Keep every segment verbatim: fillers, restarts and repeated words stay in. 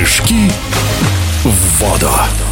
Прыжки в воду.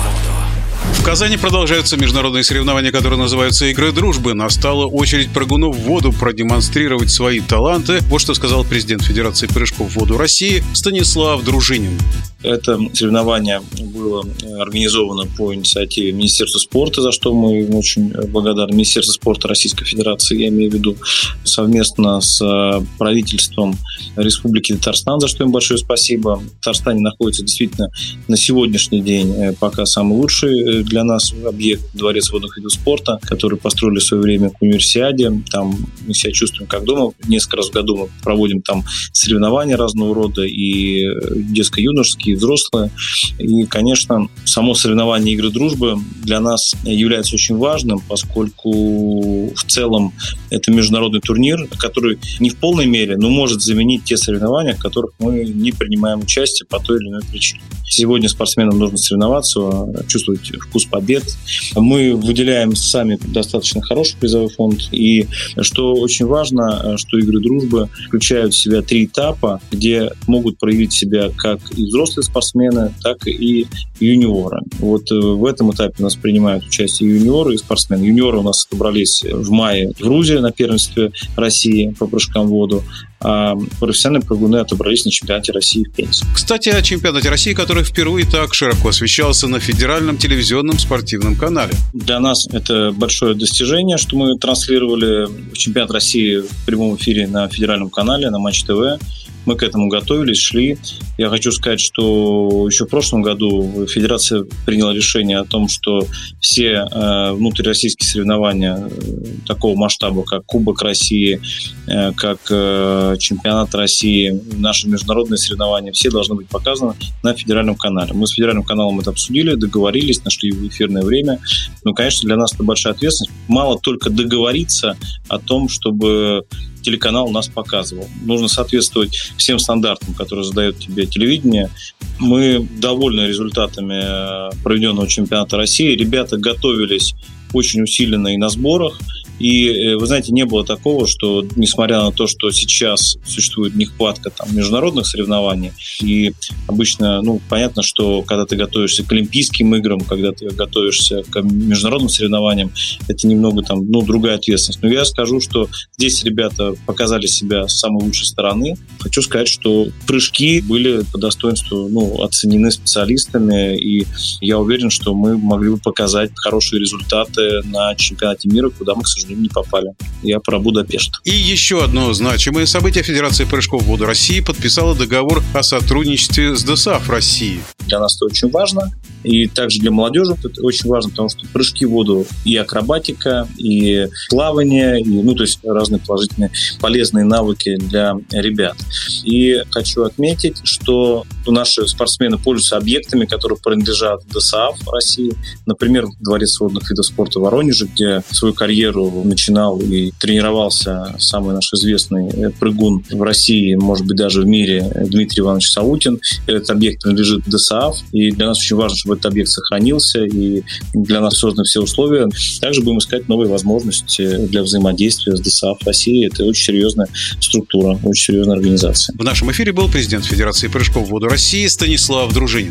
В Казани продолжаются международные соревнования, которые называются «Игры дружбы». Настала очередь прыгунов в воду продемонстрировать свои таланты. Вот что сказал президент Федерации прыжков в воду России Станислав Дружинин. Это соревнование было организовано по инициативе Министерства спорта, за что мы очень благодарны. Министерство спорта Российской Федерации, я имею в виду, совместно с правительством Республики Татарстан, за что им большое спасибо. В Татарстане находится действительно на сегодняшний день пока самый лучший для нас объект — Дворец водных видов спорта, который построили в свое время к универсиаде. Там мы себя чувствуем как дома. Несколько раз в году мы проводим там соревнования разного рода, и детско-юношеские, и взрослые. И, конечно, само соревнование «Игры дружбы» для нас является очень важным, поскольку в целом это международный турнир, который не в полной мере, но может заменить те соревнования, в которых мы не принимаем участие по той или иной причине. Сегодня спортсменам нужно соревноваться, чувствовать вкус побед. Мы выделяем сами достаточно хороший призовой фонд. И что очень важно, что «Игры дружбы» включают в себя три этапа, где могут проявить себя как и взрослые спортсмены, так и юниоры. Вот в этом этапе у нас принимают участие юниоры и спортсмены. Юниоры у нас отобрались в мае в Грузии на первенстве России по прыжкам в воду, а профессиональные прыгуны отобрались на чемпионате России в Пензе. Кстати, о чемпионате России, который впервые так широко освещался на федеральном телевизионном спортивном канале. Для нас это большое достижение, что мы транслировали чемпионат России в прямом эфире на федеральном канале, на Матч ТВ. Мы к этому готовились, шли. Я хочу сказать, что еще в прошлом году Федерация приняла решение о том, что все э, внутрироссийские соревнования э, такого масштаба, как Кубок России, э, как э, Чемпионат России, наши международные соревнования, все должны быть показаны на федеральном канале. Мы с федеральным каналом это обсудили, договорились, нашли эфирное время. Но, конечно, для нас это большая ответственность. Мало только договориться о том, чтобы телеканал нас показывал. Нужно соответствовать всем стандартам, которые задает тебе телевидение. Мы довольны результатами проведенного чемпионата России. Ребята готовились очень усиленно и на сборах. И, вы знаете, не было такого, что, несмотря на то, что сейчас существует нехватка там международных соревнований, и обычно, ну, понятно, что когда ты готовишься к Олимпийским играм, когда ты готовишься к международным соревнованиям, это немного там, ну, другая ответственность. Но я скажу, что здесь ребята показали себя с самой лучшей стороны. Хочу сказать, что прыжки были по достоинству, ну, оценены специалистами, и я уверен, что мы могли бы показать хорошие результаты на чемпионате мира, куда мы, к сожалению, не попали. Я про Будапешт. И еще одно значимое событие. Федерация прыжков в воду России подписала договор о сотрудничестве с ДОСААФ России. Для нас это очень важно. И также для молодежи это очень важно, потому что прыжки в воду и акробатика, и плавание, и, ну, то есть разные положительные, полезные навыки для ребят. И хочу отметить, что наши спортсмены пользуются объектами, которые принадлежат ДОСААФ России. Например, Дворец водных видов спорта в Воронеже, где свою карьеру начинал и тренировался самый наш известный прыгун в России, может быть, даже в мире, Дмитрий Иванович Саутин. Этот объект принадлежит ДОСААФ, и для нас очень важно, чтобы этот объект сохранился, и для нас созданы все условия. Также будем искать новые возможности для взаимодействия с ДОСААФ России. Это очень серьезная структура, очень серьезная организация. В нашем эфире был президент Федерации прыжков в воду России Станислав Дружинин.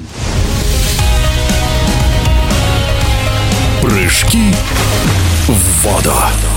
Прыжки в воду.